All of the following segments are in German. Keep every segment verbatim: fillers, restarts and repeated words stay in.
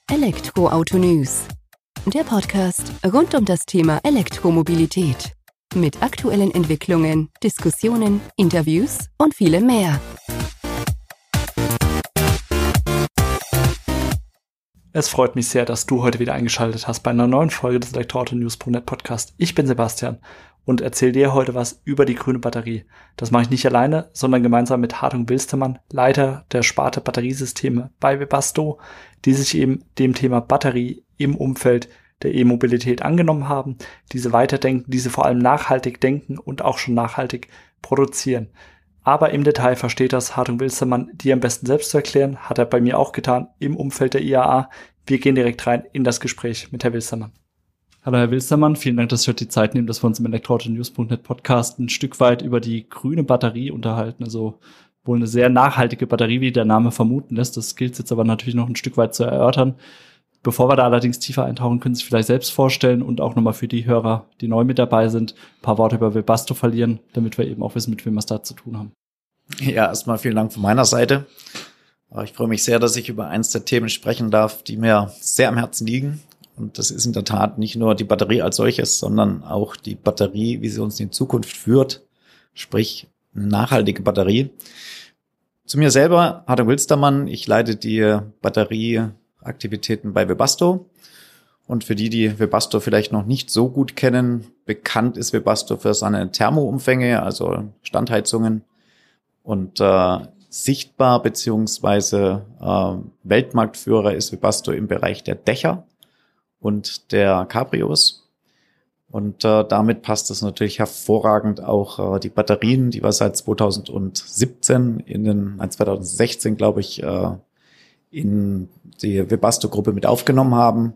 Elektroauto News, der Podcast rund um das Thema Elektromobilität. Mit aktuellen Entwicklungen, Diskussionen, Interviews und vielem mehr. Es freut mich sehr, dass du heute wieder eingeschaltet hast bei einer neuen Folge des Elektroauto News Punkt net Podcast. Ich bin Sebastian und erzähle dir heute was über die grüne Batterie. Das mache ich nicht alleine, sondern gemeinsam mit Hartung Wilstermann, Leiter der Sparte Batteriesysteme bei Webasto, die sich eben dem Thema Batterie im Umfeld der E-Mobilität angenommen haben, diese weiterdenken, diese vor allem nachhaltig denken und auch schon nachhaltig produzieren. Aber im Detail versteht das Hartung Wilstermann, die am besten selbst zu erklären, hat er bei mir auch getan im Umfeld der I A A. Wir gehen direkt rein in das Gespräch mit Herrn Wilstermann. Hallo Herr Wilstermann, vielen Dank, dass Sie heute die Zeit nehmen, dass wir uns im Elektroauto News Punkt net Podcast ein Stück weit über die grüne Batterie unterhalten. Also wohl eine sehr nachhaltige Batterie, wie der Name vermuten lässt. Das gilt jetzt aber natürlich noch ein Stück weit zu erörtern. Bevor wir da allerdings tiefer eintauchen, können Sie sich vielleicht selbst vorstellen und auch nochmal für die Hörer, die neu mit dabei sind, ein paar Worte über Webasto verlieren, damit wir eben auch wissen, mit wem wir es da zu tun haben. Ja, erstmal vielen Dank von meiner Seite. Ich freue mich sehr, dass ich über eins der Themen sprechen darf, die mir sehr am Herzen liegen. Und das ist in der Tat nicht nur die Batterie als solches, sondern auch die Batterie, wie sie uns in die Zukunft führt, sprich eine nachhaltige Batterie. Zu mir selber, Hartung Wilstermann, ich leite die Batterieaktivitäten bei Webasto. Und für die, die Webasto vielleicht noch nicht so gut kennen, bekannt ist Webasto für seine Thermoumfänge, also Standheizungen. Und äh, sichtbar beziehungsweise äh, Weltmarktführer ist Webasto im Bereich der Dächer und der Cabrios. Und äh, damit passt es natürlich hervorragend auch äh, die Batterien, die wir seit zweitausendsiebzehn, in den, äh, zweitausendsechzehn glaube ich, äh, in die Webasto-Gruppe mit aufgenommen haben,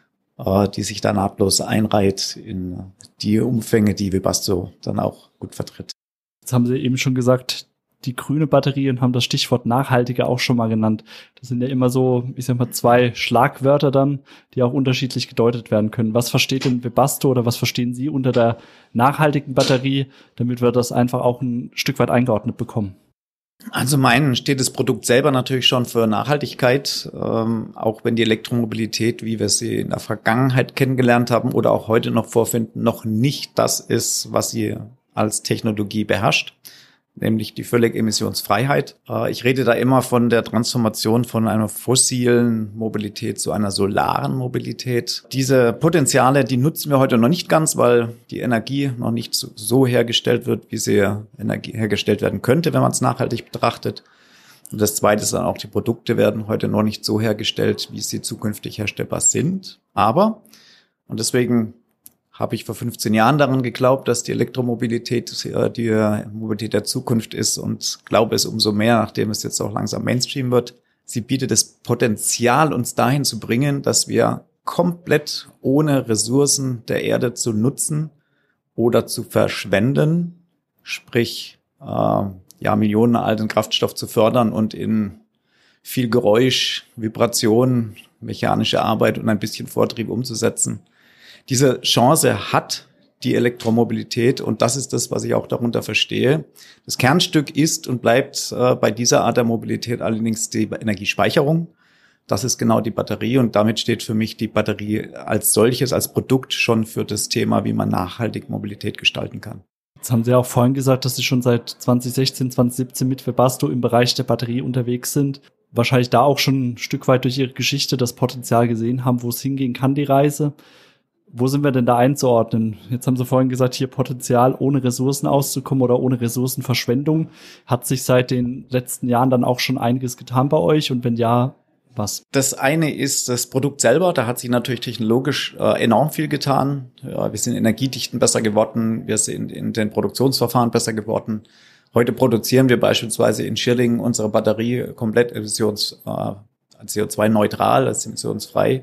äh, die sich da nahtlos einreiht in die Umfänge, die Webasto dann auch gut vertritt. Jetzt haben Sie eben schon gesagt, die grüne Batterie und haben das Stichwort nachhaltige auch schon mal genannt. Das sind ja immer so, ich sag mal, zwei Schlagwörter dann, die auch unterschiedlich gedeutet werden können. Was versteht denn Webasto oder was verstehen Sie unter der nachhaltigen Batterie, damit wir das einfach auch ein Stück weit eingeordnet bekommen? Also meinen steht das Produkt selber natürlich schon für Nachhaltigkeit, ähm, auch wenn die Elektromobilität, wie wir sie in der Vergangenheit kennengelernt haben oder auch heute noch vorfinden, noch nicht das ist, was sie als Technologie beherrscht, nämlich die völlige Emissionsfreiheit. Ich rede da immer von der Transformation von einer fossilen Mobilität zu einer solaren Mobilität. Diese Potenziale, die nutzen wir heute noch nicht ganz, weil die Energie noch nicht so hergestellt wird, wie sie Energie hergestellt werden könnte, wenn man es nachhaltig betrachtet. Und das Zweite ist dann auch, die Produkte werden heute noch nicht so hergestellt, wie sie zukünftig herstellbar sind. Aber, und deswegen habe ich vor fünfzehn Jahren daran geglaubt, dass die Elektromobilität die Mobilität der Zukunft ist und glaube es umso mehr, nachdem es jetzt auch langsam Mainstream wird. Sie bietet das Potenzial, uns dahin zu bringen, dass wir komplett ohne Ressourcen der Erde zu nutzen oder zu verschwenden, sprich äh, ja Millionen alten Kraftstoff zu fördern und in viel Geräusch, Vibration, mechanische Arbeit und ein bisschen Vortrieb umzusetzen. Diese Chance hat die Elektromobilität und das ist das, was ich auch darunter verstehe. Das Kernstück ist und bleibt äh, bei dieser Art der Mobilität allerdings die Energiespeicherung. Das ist genau die Batterie und damit steht für mich die Batterie als solches, als Produkt schon für das Thema, wie man nachhaltig Mobilität gestalten kann. Jetzt haben Sie auch vorhin gesagt, dass Sie schon seit zwanzig sechzehn, zwanzig siebzehn mit Webasto im Bereich der Batterie unterwegs sind. Wahrscheinlich da auch schon ein Stück weit durch Ihre Geschichte das Potenzial gesehen haben, wo es hingehen kann, die Reise. Wo sind wir denn da einzuordnen? Jetzt haben Sie vorhin gesagt, hier Potenzial, ohne Ressourcen auszukommen oder ohne Ressourcenverschwendung. Hat sich seit den letzten Jahren dann auch schon einiges getan bei euch? Und wenn ja, was? Das eine ist das Produkt selber. Da hat sich natürlich technologisch äh, enorm viel getan. Ja, wir sind Energiedichten besser geworden. Wir sind in den Produktionsverfahren besser geworden. Heute produzieren wir beispielsweise in Schirling unsere Batterie komplett emissions, äh, C O zwei neutral, also emissionsfrei.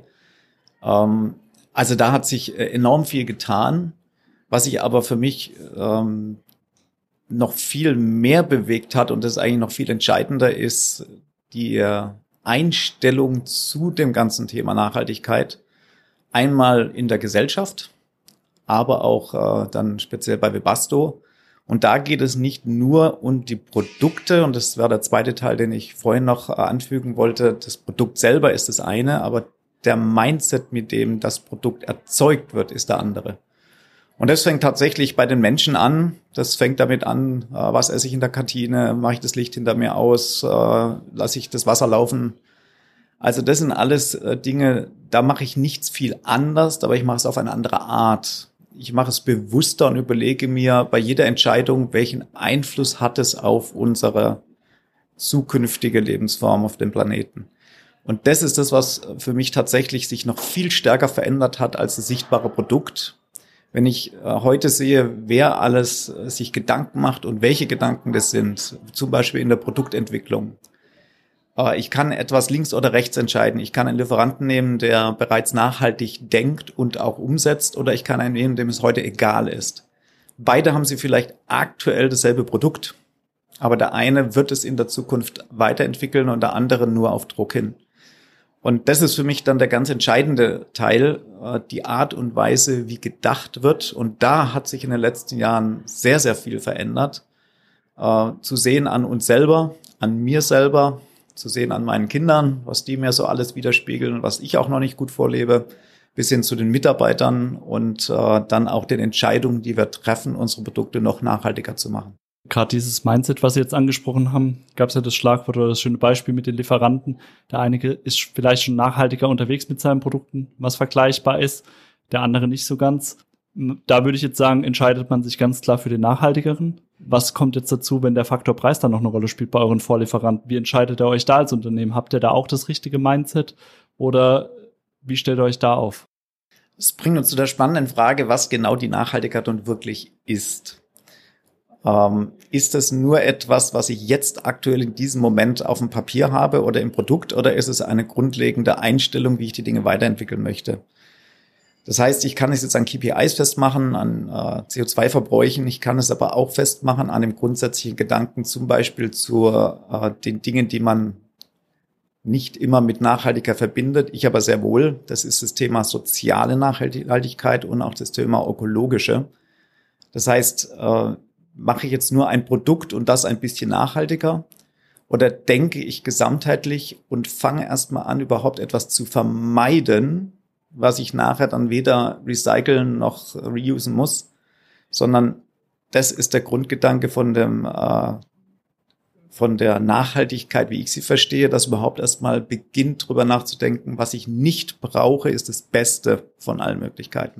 Ähm, Also da hat sich enorm viel getan, was sich aber für mich ähm, noch viel mehr bewegt hat und das eigentlich noch viel entscheidender ist, die Einstellung zu dem ganzen Thema Nachhaltigkeit. Einmal in der Gesellschaft, aber auch äh, dann speziell bei Webasto. Und da geht es nicht nur um die Produkte, und das war der zweite Teil, den ich vorhin noch äh, anfügen wollte. Das Produkt selber ist das eine, aber der Mindset, mit dem das Produkt erzeugt wird, ist der andere. Und das fängt tatsächlich bei den Menschen an. Das fängt damit an, äh, was esse ich in der Kantine, mache ich das Licht hinter mir aus, äh, lasse ich das Wasser laufen. Also das sind alles äh, Dinge, da mache ich nichts viel anders, aber ich mache es auf eine andere Art. Ich mache es bewusster und überlege mir bei jeder Entscheidung, welchen Einfluss hat es auf unsere zukünftige Lebensform auf dem Planeten. Und das ist das, was für mich tatsächlich sich noch viel stärker verändert hat als das sichtbare Produkt. Wenn ich heute sehe, wer alles sich Gedanken macht und welche Gedanken das sind, zum Beispiel in der Produktentwicklung. Ich kann etwas links oder rechts entscheiden. Ich kann einen Lieferanten nehmen, der bereits nachhaltig denkt und auch umsetzt, oder ich kann einen nehmen, dem es heute egal ist. Beide haben sie vielleicht aktuell dasselbe Produkt, aber der eine wird es in der Zukunft weiterentwickeln und der andere nur auf Druck hin. Und das ist für mich dann der ganz entscheidende Teil, die Art und Weise, wie gedacht wird. Und da hat sich in den letzten Jahren sehr, sehr viel verändert. Zu sehen an uns selber, an mir selber, zu sehen an meinen Kindern, was die mir so alles widerspiegeln und was ich auch noch nicht gut vorlebe, bis hin zu den Mitarbeitern und dann auch den Entscheidungen, die wir treffen, unsere Produkte noch nachhaltiger zu machen. Gerade dieses Mindset, was Sie jetzt angesprochen haben, gab es ja das Schlagwort oder das schöne Beispiel mit den Lieferanten. Der eine ist vielleicht schon nachhaltiger unterwegs mit seinen Produkten, was vergleichbar ist, der andere nicht so ganz. Da würde ich jetzt sagen, entscheidet man sich ganz klar für den nachhaltigeren. Was kommt jetzt dazu, wenn der Faktor Preis dann noch eine Rolle spielt bei euren Vorlieferanten? Wie entscheidet ihr euch da als Unternehmen? Habt ihr da auch das richtige Mindset oder wie stellt ihr euch da auf? Das bringt uns zu der spannenden Frage, was genau die Nachhaltigkeit und wirklich ist. Ähm, ist es nur etwas, was ich jetzt aktuell in diesem Moment auf dem Papier habe oder im Produkt, oder ist es eine grundlegende Einstellung, wie ich die Dinge weiterentwickeln möchte? Das heißt, ich kann es jetzt an K P Is festmachen, an äh, C O zwei Verbräuchen, ich kann es aber auch festmachen an dem grundsätzlichen Gedanken, zum Beispiel zu äh, den Dingen, die man nicht immer mit Nachhaltigkeit verbindet. Ich aber sehr wohl. Das ist das Thema soziale Nachhaltigkeit und auch das Thema ökologische. Das heißt, äh, mache ich jetzt nur ein Produkt und das ein bisschen nachhaltiger? Oder denke ich gesamtheitlich und fange erstmal an, überhaupt etwas zu vermeiden, was ich nachher dann weder recyceln noch reusen muss, sondern das ist der Grundgedanke von dem äh, von der Nachhaltigkeit, wie ich sie verstehe, dass überhaupt erstmal beginnt, drüber nachzudenken, was ich nicht brauche, ist das Beste von allen Möglichkeiten.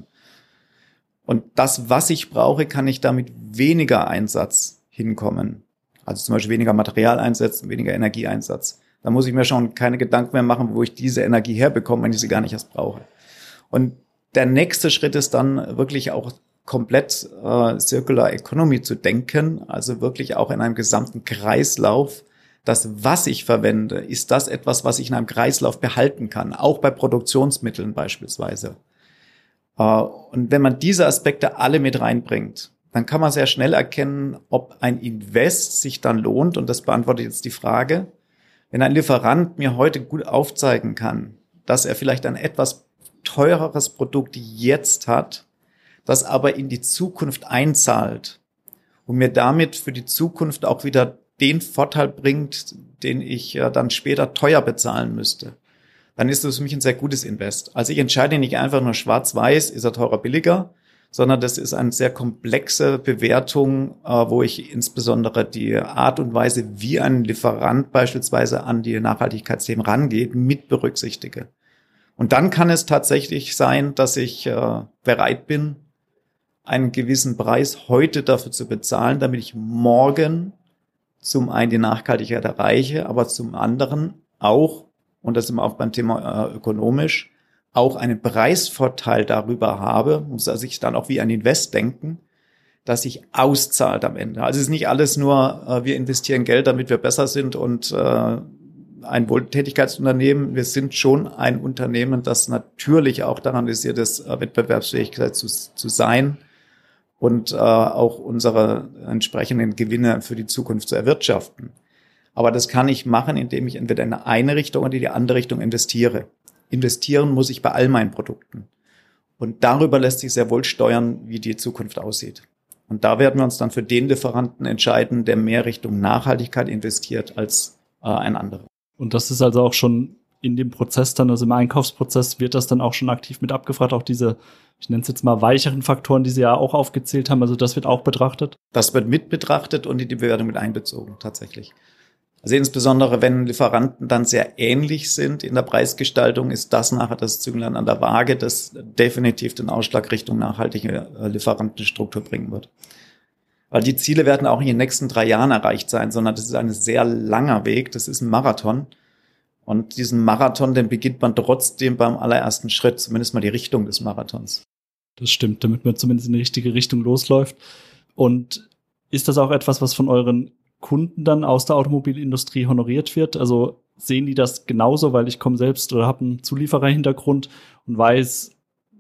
Und das, was ich brauche, kann ich damit weniger Einsatz hinkommen. Also zum Beispiel weniger Material einsetzen, weniger Energieeinsatz. Da muss ich mir schon keine Gedanken mehr machen, wo ich diese Energie herbekomme, wenn ich sie gar nicht erst brauche. Und der nächste Schritt ist dann wirklich auch komplett äh, Circular Economy zu denken, also wirklich auch in einem gesamten Kreislauf. Das, was ich verwende, ist das etwas, was ich in einem Kreislauf behalten kann, auch bei Produktionsmitteln beispielsweise. Äh, und wenn man diese Aspekte alle mit reinbringt, dann kann man sehr schnell erkennen, ob ein Invest sich dann lohnt. Und das beantwortet jetzt die Frage. Wenn ein Lieferant mir heute gut aufzeigen kann, dass er vielleicht ein etwas teureres Produkt jetzt hat, das aber in die Zukunft einzahlt und mir damit für die Zukunft auch wieder den Vorteil bringt, den ich ja dann später teuer bezahlen müsste, dann ist das für mich ein sehr gutes Invest. Also ich entscheide nicht einfach nur schwarz-weiß, ist er teurer, billiger, sondern das ist eine sehr komplexe Bewertung, wo ich insbesondere die Art und Weise, wie ein Lieferant beispielsweise an die Nachhaltigkeitsthemen rangeht, mit berücksichtige. Und dann kann es tatsächlich sein, dass ich äh, bereit bin, einen gewissen Preis heute dafür zu bezahlen, damit ich morgen zum einen die Nachhaltigkeit erreiche, aber zum anderen auch, und da sind wir auch beim Thema äh, ökonomisch, auch einen Preisvorteil darüber habe, muss also ich dann auch wie ein Invest denken, dass sich auszahlt am Ende. Also es ist nicht alles nur, äh, wir investieren Geld, damit wir besser sind und äh, ein Wohltätigkeitsunternehmen. Wir sind schon ein Unternehmen, das natürlich auch daran interessiert ist, Wettbewerbsfähigkeit zu, zu sein und äh, auch unsere entsprechenden Gewinne für die Zukunft zu erwirtschaften. Aber das kann ich machen, indem ich entweder in eine Richtung oder in die andere Richtung investiere. Investieren muss ich bei all meinen Produkten. Und darüber lässt sich sehr wohl steuern, wie die Zukunft aussieht. Und da werden wir uns dann für den Lieferanten entscheiden, der mehr Richtung Nachhaltigkeit investiert als äh, ein anderer. Und das ist also auch schon in dem Prozess dann, also im Einkaufsprozess, wird das dann auch schon aktiv mit abgefragt, auch diese, ich nenne es jetzt mal weicheren Faktoren, die Sie ja auch aufgezählt haben, also das wird auch betrachtet? Das wird mit betrachtet und in die Bewertung mit einbezogen, tatsächlich. Also insbesondere, wenn Lieferanten dann sehr ähnlich sind in der Preisgestaltung, ist das nachher das Zünglein an der Waage, das definitiv den Ausschlag Richtung nachhaltige Lieferantenstruktur bringen wird. Weil die Ziele werden auch in den nächsten drei Jahren erreicht sein, sondern das ist ein sehr langer Weg, das ist ein Marathon. Und diesen Marathon, den beginnt man trotzdem beim allerersten Schritt, zumindest mal die Richtung des Marathons. Das stimmt, damit man zumindest in die richtige Richtung losläuft. Und ist das auch etwas, was von euren Kunden dann aus der Automobilindustrie honoriert wird? Also sehen die das genauso, weil ich komme selbst oder habe einen Zuliefererhintergrund und weiß,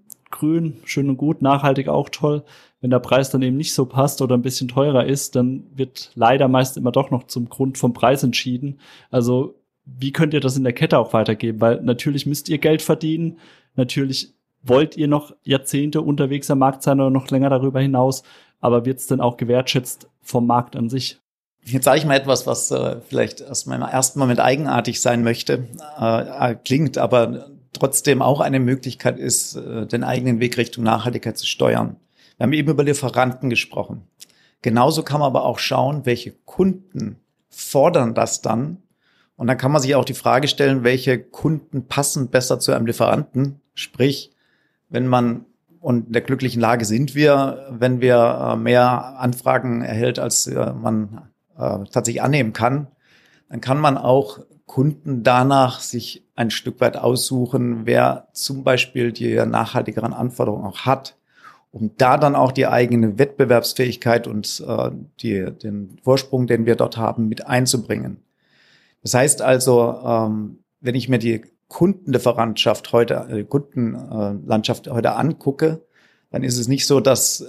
grün, schön und gut, nachhaltig auch toll. Wenn der Preis dann eben nicht so passt oder ein bisschen teurer ist, dann wird leider meist immer doch noch zum Grund vom Preis entschieden. Also wie könnt ihr das in der Kette auch weitergeben? Weil natürlich müsst ihr Geld verdienen, natürlich wollt ihr noch Jahrzehnte unterwegs am Markt sein oder noch länger darüber hinaus, aber wird es dann auch gewertschätzt vom Markt an sich? Jetzt sage ich mal etwas, was äh, vielleicht erst mal im ersten Moment eigenartig sein möchte, äh, klingt, aber trotzdem auch eine Möglichkeit ist, äh, den eigenen Weg Richtung Nachhaltigkeit zu steuern. Wir haben eben über Lieferanten gesprochen. Genauso kann man aber auch schauen, welche Kunden fordern das dann. Und dann kann man sich auch die Frage stellen, welche Kunden passen besser zu einem Lieferanten. Sprich, wenn man, und in der glücklichen Lage sind wir, wenn wir mehr Anfragen erhält, als man äh, tatsächlich annehmen kann, dann kann man auch Kunden danach sich ein Stück weit aussuchen, wer zum Beispiel die nachhaltigeren Anforderungen auch hat, um da dann auch die eigene Wettbewerbsfähigkeit und äh, die, den Vorsprung, den wir dort haben, mit einzubringen. Das heißt also, ähm, wenn ich mir die Kundenlieferantschaft heute, äh, Kundenlandschaft heute angucke, dann ist es nicht so, dass äh,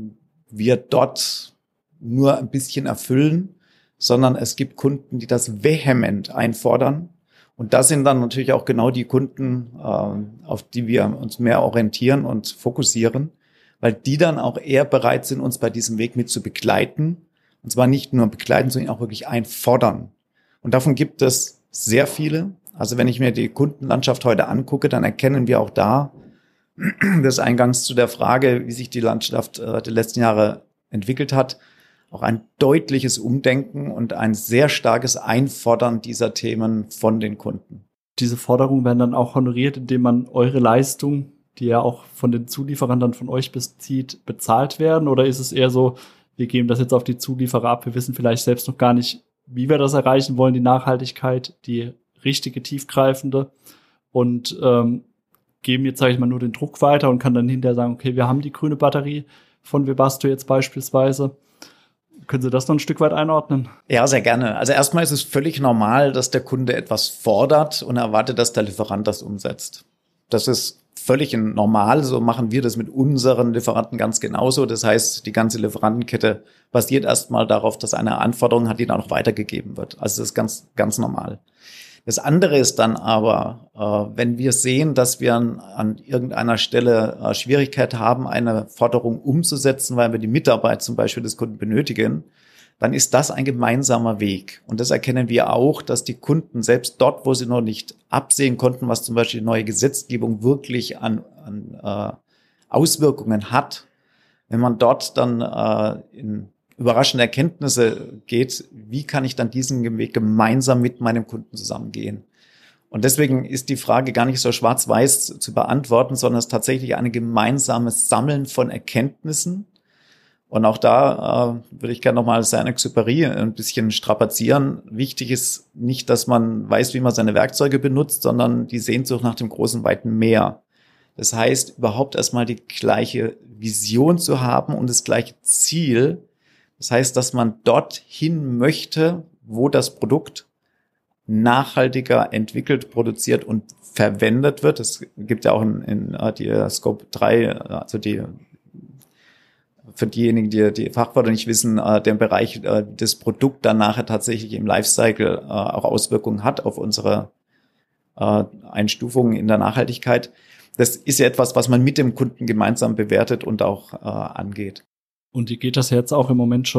wir dort nur ein bisschen erfüllen, sondern es gibt Kunden, die das vehement einfordern. Und das sind dann natürlich auch genau die Kunden, äh, auf die wir uns mehr orientieren und fokussieren, weil die dann auch eher bereit sind, uns bei diesem Weg mit zu begleiten. Und zwar nicht nur begleiten, sondern auch wirklich einfordern. Und davon gibt es sehr viele. Also wenn ich mir die Kundenlandschaft heute angucke, dann erkennen wir auch da, das eingangs zu der Frage, wie sich die Landschaft äh, der letzten Jahre entwickelt hat, auch ein deutliches Umdenken und ein sehr starkes Einfordern dieser Themen von den Kunden. Diese Forderungen werden dann auch honoriert, indem man eure Leistung, die ja auch von den Zulieferern dann von euch bezieht, bezahlt werden? Oder ist es eher so, wir geben das jetzt auf die Zulieferer ab, wir wissen vielleicht selbst noch gar nicht, wie wir das erreichen wollen, die Nachhaltigkeit, die richtige, tiefgreifende, und ähm, geben jetzt, sage ich mal, nur den Druck weiter und kann dann hinterher sagen, okay, wir haben die grüne Batterie von Webasto jetzt beispielsweise. Können Sie das noch ein Stück weit einordnen? Ja, sehr gerne. Also erstmal ist es völlig normal, dass der Kunde etwas fordert und erwartet, dass der Lieferant das umsetzt. Das ist völlig normal. So machen wir das mit unseren Lieferanten ganz genauso. Das heißt, die ganze Lieferantenkette basiert erstmal darauf, dass eine Anforderung hat, die dann auch weitergegeben wird. Also das ist ganz, ganz normal. Das andere ist dann aber, äh, wenn wir sehen, dass wir an, an irgendeiner Stelle äh, Schwierigkeit haben, eine Forderung umzusetzen, weil wir die Mitarbeit zum Beispiel des Kunden benötigen, dann ist das ein gemeinsamer Weg. Und das erkennen wir auch, dass die Kunden selbst dort, wo sie noch nicht absehen konnten, was zum Beispiel die neue Gesetzgebung wirklich an, an äh, Auswirkungen hat, wenn man dort dann äh, in überraschende Erkenntnisse geht, wie kann ich dann diesen Weg gemeinsam mit meinem Kunden zusammengehen? Und deswegen ist die Frage gar nicht so schwarz-weiß zu beantworten, sondern es ist tatsächlich ein gemeinsames Sammeln von Erkenntnissen. Und auch da äh, würde ich gerne nochmal Saint-Exupéry ein bisschen strapazieren. Wichtig ist nicht, dass man weiß, wie man seine Werkzeuge benutzt, sondern die Sehnsucht nach dem großen, weiten Meer. Das heißt, überhaupt erstmal die gleiche Vision zu haben und das gleiche Ziel. Das heißt, dass man dorthin möchte, wo das Produkt nachhaltiger entwickelt, produziert und verwendet wird. Es gibt ja auch in, in die Scope drei, also die für diejenigen, die die Fachwörter nicht wissen, den Bereich, das Produkt dann nachher tatsächlich im Lifecycle auch Auswirkungen hat auf unsere Einstufungen in der Nachhaltigkeit. Das ist ja etwas, was man mit dem Kunden gemeinsam bewertet und auch angeht. Und ihr geht das jetzt auch im Moment schon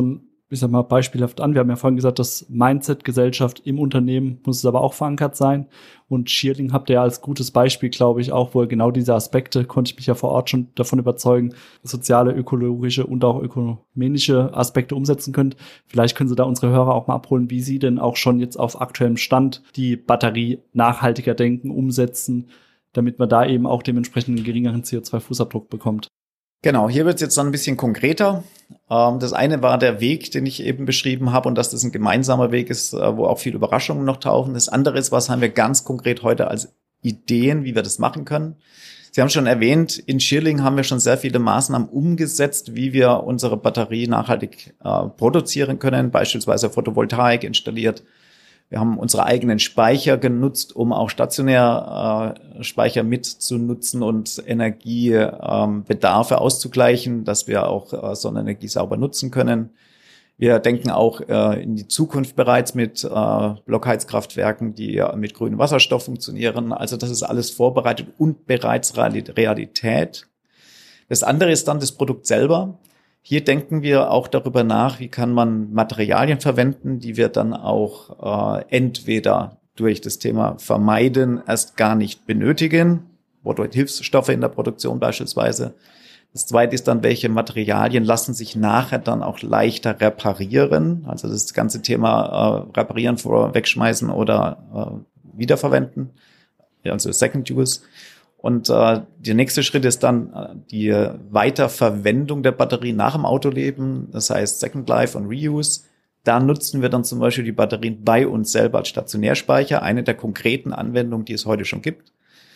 ich sag mal, beispielhaft an. Wir haben ja vorhin gesagt, das Mindset-Gesellschaft im Unternehmen muss es aber auch verankert sein. Und Schierling habt ihr ja als gutes Beispiel, glaube ich, auch, wo ihr genau diese Aspekte, konnte ich mich ja vor Ort schon davon überzeugen, soziale, ökologische und auch ökumenische Aspekte umsetzen könnt. Vielleicht können Sie da unsere Hörer auch mal abholen, wie Sie denn auch schon jetzt auf aktuellem Stand die Batterie nachhaltiger denken, umsetzen, damit man da eben auch dementsprechend einen geringeren C O zwei Fußabdruck bekommt. Genau, hier wird es jetzt noch ein bisschen konkreter. Das eine war der Weg, den ich eben beschrieben habe und dass das ein gemeinsamer Weg ist, wo auch viele Überraschungen noch tauchen. Das andere ist, was haben wir ganz konkret heute als Ideen, wie wir das machen können. Sie haben schon erwähnt, in Schierling haben wir schon sehr viele Maßnahmen umgesetzt, wie wir unsere Batterie nachhaltig äh, produzieren können, beispielsweise Photovoltaik installiert. Wir haben unsere eigenen Speicher genutzt, um auch stationär äh, Speicher mitzunutzen und Energiebedarfe ähm, auszugleichen, dass wir auch äh, Sonnenenergie sauber nutzen können. Wir denken auch äh, in die Zukunft bereits mit äh, Blockheizkraftwerken, die ja mit grünem Wasserstoff funktionieren. Also das ist alles vorbereitet und bereits Realität. Das andere ist dann das Produkt selber. Hier denken wir auch darüber nach, wie kann man Materialien verwenden, die wir dann auch äh, entweder durch das Thema Vermeiden erst gar nicht benötigen, oder Hilfsstoffe in der Produktion beispielsweise. Das zweite ist dann, welche Materialien lassen sich nachher dann auch leichter reparieren, also das ganze Thema äh, reparieren vor wegschmeißen oder äh, wiederverwenden, also Second Use. Und äh, der nächste Schritt ist dann äh, die Weiterverwendung der Batterie nach dem Autoleben, das heißt Second Life und Reuse. Da nutzen wir dann zum Beispiel die Batterien bei uns selber als Stationärspeicher, eine der konkreten Anwendungen, die es heute schon gibt.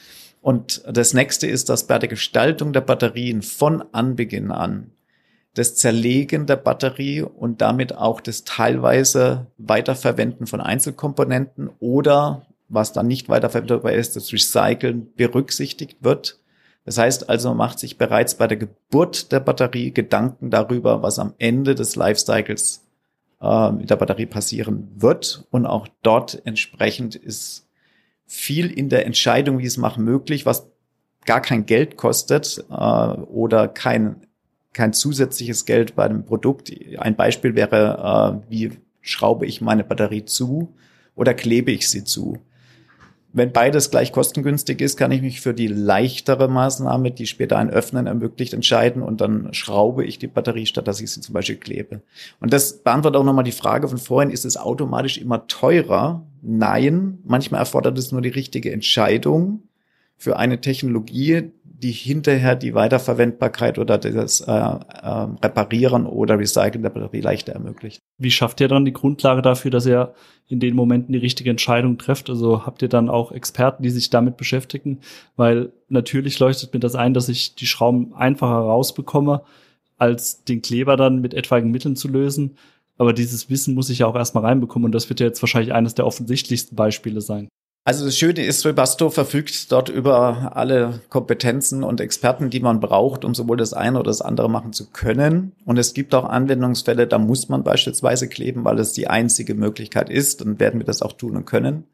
Und das nächste ist, dass bei der Gestaltung der Batterien von Anbeginn an das Zerlegen der Batterie und damit auch das teilweise Weiterverwenden von Einzelkomponenten oder was dann nicht weiterverwendbar ist, das Recyceln berücksichtigt wird. Das heißt also, man macht sich bereits bei der Geburt der Batterie Gedanken darüber, was am Ende des Lifecycles äh, mit der Batterie passieren wird. Und auch dort entsprechend ist viel in der Entscheidung, wie es machen, möglich, was gar kein Geld kostet äh, oder kein, kein zusätzliches Geld bei dem Produkt. Ein Beispiel wäre, äh, wie schraube ich meine Batterie zu oder klebe ich sie zu? Wenn beides gleich kostengünstig ist, kann ich mich für die leichtere Maßnahme, die später ein Öffnen ermöglicht, entscheiden und dann schraube ich die Batterie, statt dass ich sie zum Beispiel klebe. Und das beantwortet auch nochmal die Frage von vorhin, ist es automatisch immer teurer? Nein, manchmal erfordert es nur die richtige Entscheidung für eine Technologie, die hinterher die Weiterverwendbarkeit oder das äh, äh, Reparieren oder Recyceln der Batterie leichter ermöglicht. Wie schafft ihr dann die Grundlage dafür, dass ihr in den Momenten die richtige Entscheidung trefft? Also habt ihr dann auch Experten, die sich damit beschäftigen? Weil natürlich leuchtet mir das ein, dass ich die Schrauben einfacher rausbekomme, als den Kleber dann mit etwaigen Mitteln zu lösen. Aber dieses Wissen muss ich ja auch erstmal reinbekommen und das wird ja jetzt wahrscheinlich eines der offensichtlichsten Beispiele sein. Also das Schöne ist, Webasto verfügt dort über alle Kompetenzen und Experten, die man braucht, um sowohl das eine oder das andere machen zu können. Und es gibt auch Anwendungsfälle, da muss man beispielsweise kleben, weil es die einzige Möglichkeit ist. Dann werden wir das auch tun und können.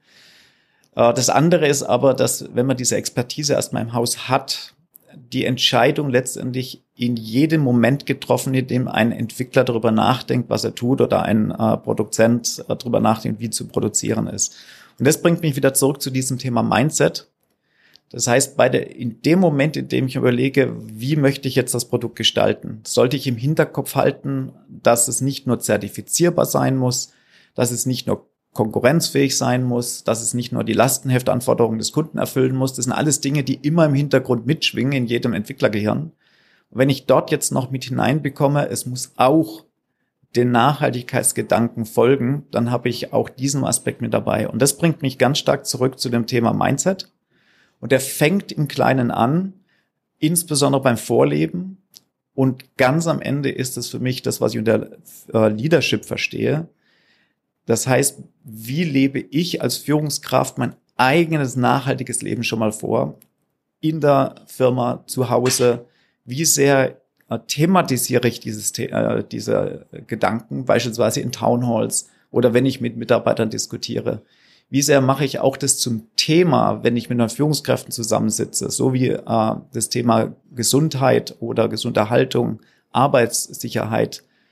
Das andere ist aber, dass wenn man diese Expertise erstmal im Haus hat, die Entscheidung letztendlich in jedem Moment getroffen, in dem ein Entwickler darüber nachdenkt, was er tut, oder ein Produzent darüber nachdenkt, wie zu produzieren ist. Und das bringt mich wieder zurück zu diesem Thema Mindset. Das heißt, bei der, in dem Moment, in dem ich überlege, wie möchte ich jetzt das Produkt gestalten, sollte ich im Hinterkopf halten, dass es nicht nur zertifizierbar sein muss, dass es nicht nur konkurrenzfähig sein muss, dass es nicht nur die Lastenheftanforderungen des Kunden erfüllen muss. Das sind alles Dinge, die immer im Hintergrund mitschwingen in jedem Entwicklergehirn. Und wenn ich dort jetzt noch mit hineinbekomme, es muss auch den Nachhaltigkeitsgedanken folgen, dann habe ich auch diesen Aspekt mit dabei. Und das bringt mich ganz stark zurück zu dem Thema Mindset. Und der fängt im Kleinen an, insbesondere beim Vorleben. Und ganz am Ende ist es für mich das, was ich unter äh, Leadership verstehe. Das heißt, wie lebe ich als Führungskraft mein eigenes nachhaltiges Leben schon mal vor? In der Firma, zu Hause, wie sehr thematisiere ich dieses, äh, diese Gedanken, beispielsweise in Townhalls oder wenn ich mit Mitarbeitern diskutiere. Wie sehr mache ich auch das zum Thema, wenn ich mit meinen Führungskräften zusammensitze, so wie äh, das Thema Gesundheit oder Gesunderhaltung, Arbeitssicherheit.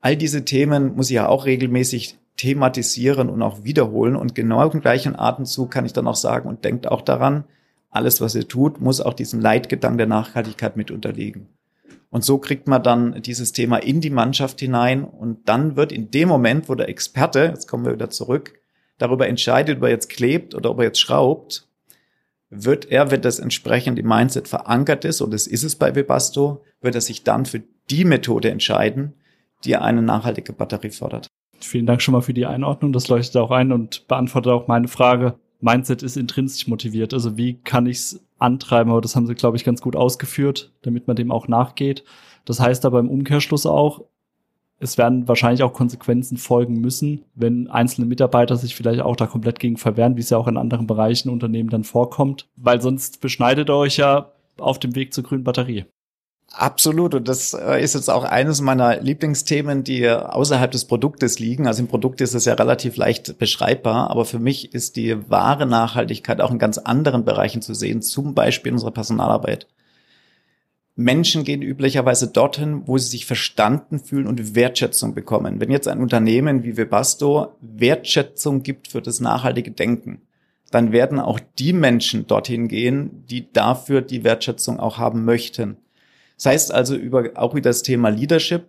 All diese Themen muss ich ja auch regelmäßig thematisieren und auch wiederholen. Und genau im gleichen Atemzug kann ich dann auch sagen, und denkt auch daran, alles, was ihr tut, muss auch diesem Leitgedanken der Nachhaltigkeit mit unterliegen. Und so kriegt man dann dieses Thema in die Mannschaft hinein. Und dann wird in dem Moment, wo der Experte, jetzt kommen wir wieder zurück, darüber entscheidet, ob er jetzt klebt oder ob er jetzt schraubt, wird er, wenn das entsprechend im Mindset verankert ist, und das ist es bei Webasto, wird er sich dann für die Methode entscheiden, die eine nachhaltige Batterie fordert. Vielen Dank schon mal für die Einordnung. Das leuchtet auch ein und beantwortet auch meine Frage. Mindset ist intrinsisch motiviert. Also wie kann ich es antreiben? Aber das haben Sie, glaube ich, ganz gut ausgeführt, damit man dem auch nachgeht. Das heißt aber im Umkehrschluss auch, es werden wahrscheinlich auch Konsequenzen folgen müssen, wenn einzelne Mitarbeiter sich vielleicht auch da komplett gegen verwehren, wie es ja auch in anderen Bereichen Unternehmen dann vorkommt. Weil sonst beschneidet ihr euch ja auf dem Weg zur grünen Batterie. Absolut. Und das ist jetzt auch eines meiner Lieblingsthemen, die außerhalb des Produktes liegen. Also im Produkt ist es ja relativ leicht beschreibbar, aber für mich ist die wahre Nachhaltigkeit auch in ganz anderen Bereichen zu sehen, zum Beispiel in unserer Personalarbeit. Menschen gehen üblicherweise dorthin, wo sie sich verstanden fühlen und Wertschätzung bekommen. Wenn jetzt ein Unternehmen wie Webasto Wertschätzung gibt für das nachhaltige Denken, dann werden auch die Menschen dorthin gehen, die dafür die Wertschätzung auch haben möchten. Das heißt also, über auch über das Thema Leadership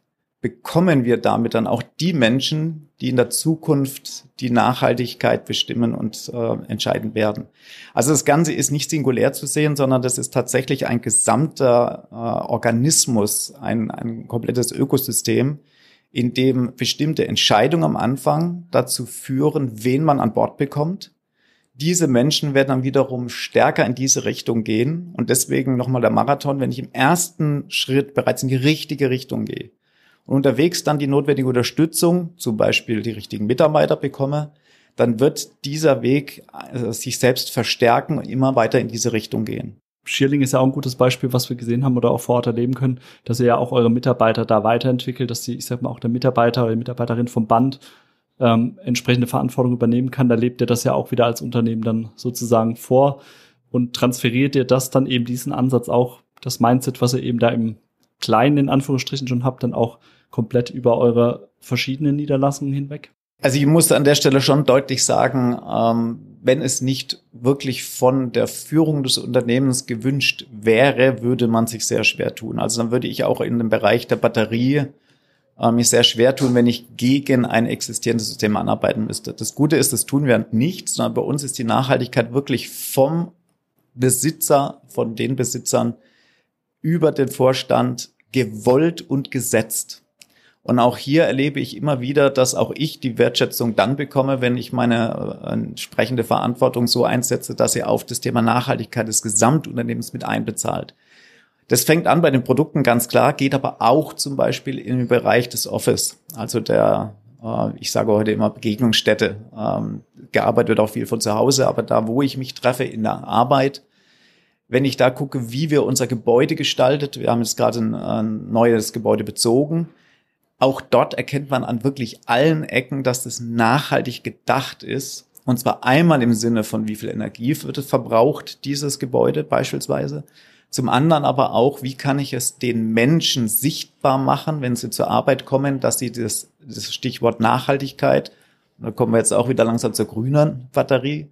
bekommen wir damit dann auch die Menschen, die in der Zukunft die Nachhaltigkeit bestimmen und äh, entscheiden werden. Also das Ganze ist nicht singulär zu sehen, sondern das ist tatsächlich ein gesamter äh, Organismus, ein, ein komplettes Ökosystem, in dem bestimmte Entscheidungen am Anfang dazu führen, wen man an Bord bekommt. Diese Menschen werden dann wiederum stärker in diese Richtung gehen. Und deswegen nochmal der Marathon, wenn ich im ersten Schritt bereits in die richtige Richtung gehe und unterwegs dann die notwendige Unterstützung, zum Beispiel die richtigen Mitarbeiter bekomme, dann wird dieser Weg also sich selbst verstärken und immer weiter in diese Richtung gehen. Schierling ist ja auch ein gutes Beispiel, was wir gesehen haben oder auch vor Ort erleben können, dass ihr ja auch eure Mitarbeiter da weiterentwickelt, dass die, ich sag mal, auch der Mitarbeiter oder die Mitarbeiterin vom Band ähm, entsprechende Verantwortung übernehmen kann. Da lebt ihr das ja auch wieder als Unternehmen dann sozusagen vor und transferiert ihr das dann eben diesen Ansatz auch, das Mindset, was ihr eben da im Kleinen in Anführungsstrichen schon habt, dann auch komplett über eure verschiedenen Niederlassungen hinweg? Also ich muss an der Stelle schon deutlich sagen, ähm, wenn es nicht wirklich von der Führung des Unternehmens gewünscht wäre, würde man sich sehr schwer tun. Also dann würde ich auch in dem Bereich der Batterie äh, mich sehr schwer tun, wenn ich gegen ein existierendes System anarbeiten müsste. Das Gute ist, das tun wir nicht, sondern bei uns ist die Nachhaltigkeit wirklich vom Besitzer, von den Besitzern über den Vorstand gewollt und gesetzt. Und auch hier erlebe ich immer wieder, dass auch ich die Wertschätzung dann bekomme, wenn ich meine äh, entsprechende Verantwortung so einsetze, dass sie auf das Thema Nachhaltigkeit des Gesamtunternehmens mit einbezahlt. Das fängt an bei den Produkten ganz klar, geht aber auch zum Beispiel im Bereich des Office, also der, äh, ich sage heute immer Begegnungsstätte. Ähm, gearbeitet wird auch viel von zu Hause, aber da, wo ich mich treffe in der Arbeit, wenn ich da gucke, wie wir unser Gebäude gestaltet, wir haben jetzt gerade ein, ein neues Gebäude bezogen, auch dort erkennt man an wirklich allen Ecken, dass das nachhaltig gedacht ist. Und zwar einmal im Sinne von, wie viel Energie wird es verbraucht, dieses Gebäude beispielsweise. Zum anderen aber auch, wie kann ich es den Menschen sichtbar machen, wenn sie zur Arbeit kommen, dass sie das, das Stichwort Nachhaltigkeit, da kommen wir jetzt auch wieder langsam zur grünen Batterie,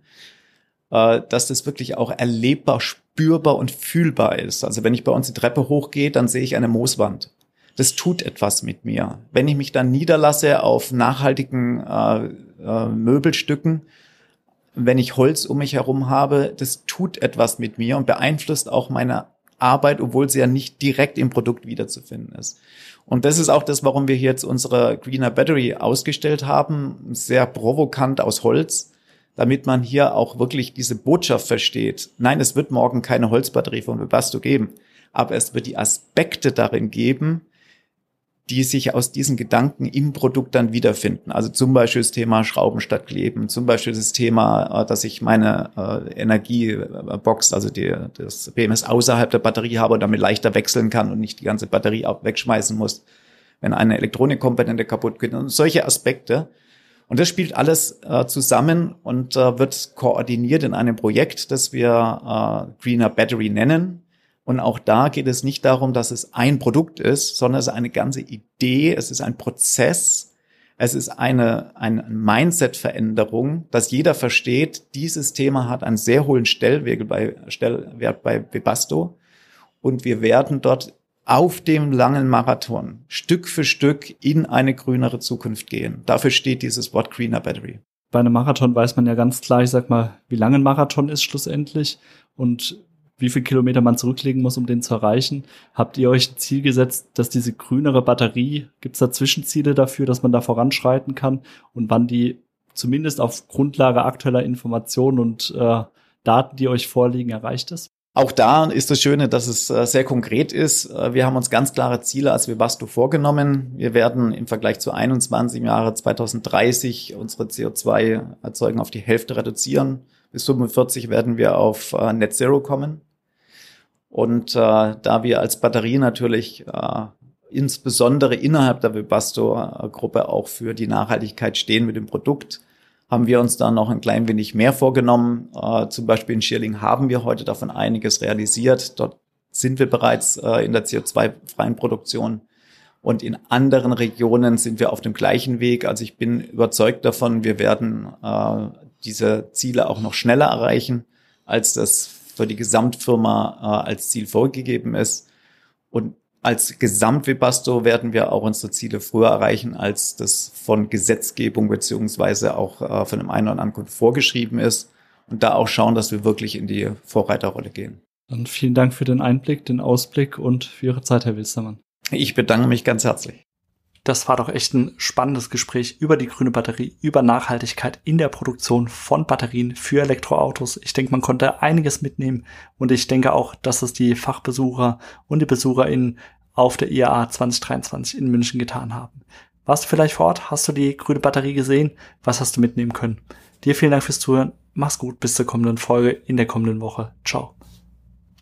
dass das wirklich auch erlebbar, spürbar und fühlbar ist. Also wenn ich bei uns die Treppe hochgehe, dann sehe ich eine Mooswand. Das tut etwas mit mir. Wenn ich mich dann niederlasse auf nachhaltigen äh, äh, Möbelstücken, wenn ich Holz um mich herum habe, das tut etwas mit mir und beeinflusst auch meine Arbeit, obwohl sie ja nicht direkt im Produkt wiederzufinden ist. Und das ist auch das, warum wir hier jetzt unsere Greener Battery ausgestellt haben, sehr provokant aus Holz, damit man hier auch wirklich diese Botschaft versteht. Nein, es wird morgen keine Holzbatterie von Webasto geben, aber es wird die Aspekte darin geben, die sich aus diesen Gedanken im Produkt dann wiederfinden. Also zum Beispiel das Thema Schrauben statt Kleben, zum Beispiel das Thema, dass ich meine äh, Energiebox, also die, das B M S außerhalb der Batterie habe und damit leichter wechseln kann und nicht die ganze Batterie auch wegschmeißen muss, wenn eine Elektronikkomponente kaputt geht und solche Aspekte. Und das spielt alles äh, zusammen und äh, wird koordiniert in einem Projekt, das wir äh, Greener Battery nennen, Und auch da geht es nicht darum, dass es ein Produkt ist, sondern es ist eine ganze Idee, es ist ein Prozess, es ist eine, eine Mindset-Veränderung, dass jeder versteht, dieses Thema hat einen sehr hohen Stellwert bei, Stellwert bei Webasto und wir werden dort auf dem langen Marathon Stück für Stück in eine grünere Zukunft gehen. Dafür steht dieses Wort Greener Battery. Bei einem Marathon weiß man ja ganz klar, ich sag mal, wie lang ein Marathon ist schlussendlich und wie viele Kilometer man zurücklegen muss, um den zu erreichen. Habt ihr euch ein Ziel gesetzt, dass diese grünere Batterie, gibt es da Zwischenziele dafür, dass man da voranschreiten kann und wann die zumindest auf Grundlage aktueller Informationen und äh, Daten, die euch vorliegen, erreicht ist? Auch da ist das Schöne, dass es äh, sehr konkret ist. Äh, wir haben uns ganz klare Ziele als Webasto vorgenommen. Wir werden im Vergleich zu einundzwanzig im Jahre zwanzig dreißig unsere C O zwei Erzeugung auf die Hälfte reduzieren. Bis fünfundvierzig werden wir auf äh, Net Zero kommen. Und äh, da wir als Batterie natürlich äh, insbesondere innerhalb der Webasto-Gruppe auch für die Nachhaltigkeit stehen mit dem Produkt, haben wir uns da noch ein klein wenig mehr vorgenommen. Äh, zum Beispiel in Schierling haben wir heute davon einiges realisiert. Dort sind wir bereits äh, in der C O zwei freien Produktion. Und in anderen Regionen sind wir auf dem gleichen Weg. Also ich bin überzeugt davon, wir werden äh, diese Ziele auch noch schneller erreichen, als das für die Gesamtfirma äh, als Ziel vorgegeben ist. Und als Gesamt-Webasto werden wir auch unsere Ziele früher erreichen, als das von Gesetzgebung beziehungsweise auch äh, von dem einen oder anderen Kunden vorgeschrieben ist. Und da auch schauen, dass wir wirklich in die Vorreiterrolle gehen. Dann vielen Dank für den Einblick, den Ausblick und für Ihre Zeit, Herr Wilstermann. Ich bedanke mich ganz herzlich. Das war doch echt ein spannendes Gespräch über die grüne Batterie, über Nachhaltigkeit in der Produktion von Batterien für Elektroautos. Ich denke, man konnte einiges mitnehmen und ich denke auch, dass es die Fachbesucher und die BesucherInnen auf der I A A zwanzig dreiundzwanzig in München getan haben. Warst du vielleicht vor Ort? Hast du die grüne Batterie gesehen? Was hast du mitnehmen können? Dir vielen Dank fürs Zuhören. Mach's gut, bis zur kommenden Folge in der kommenden Woche. Ciao.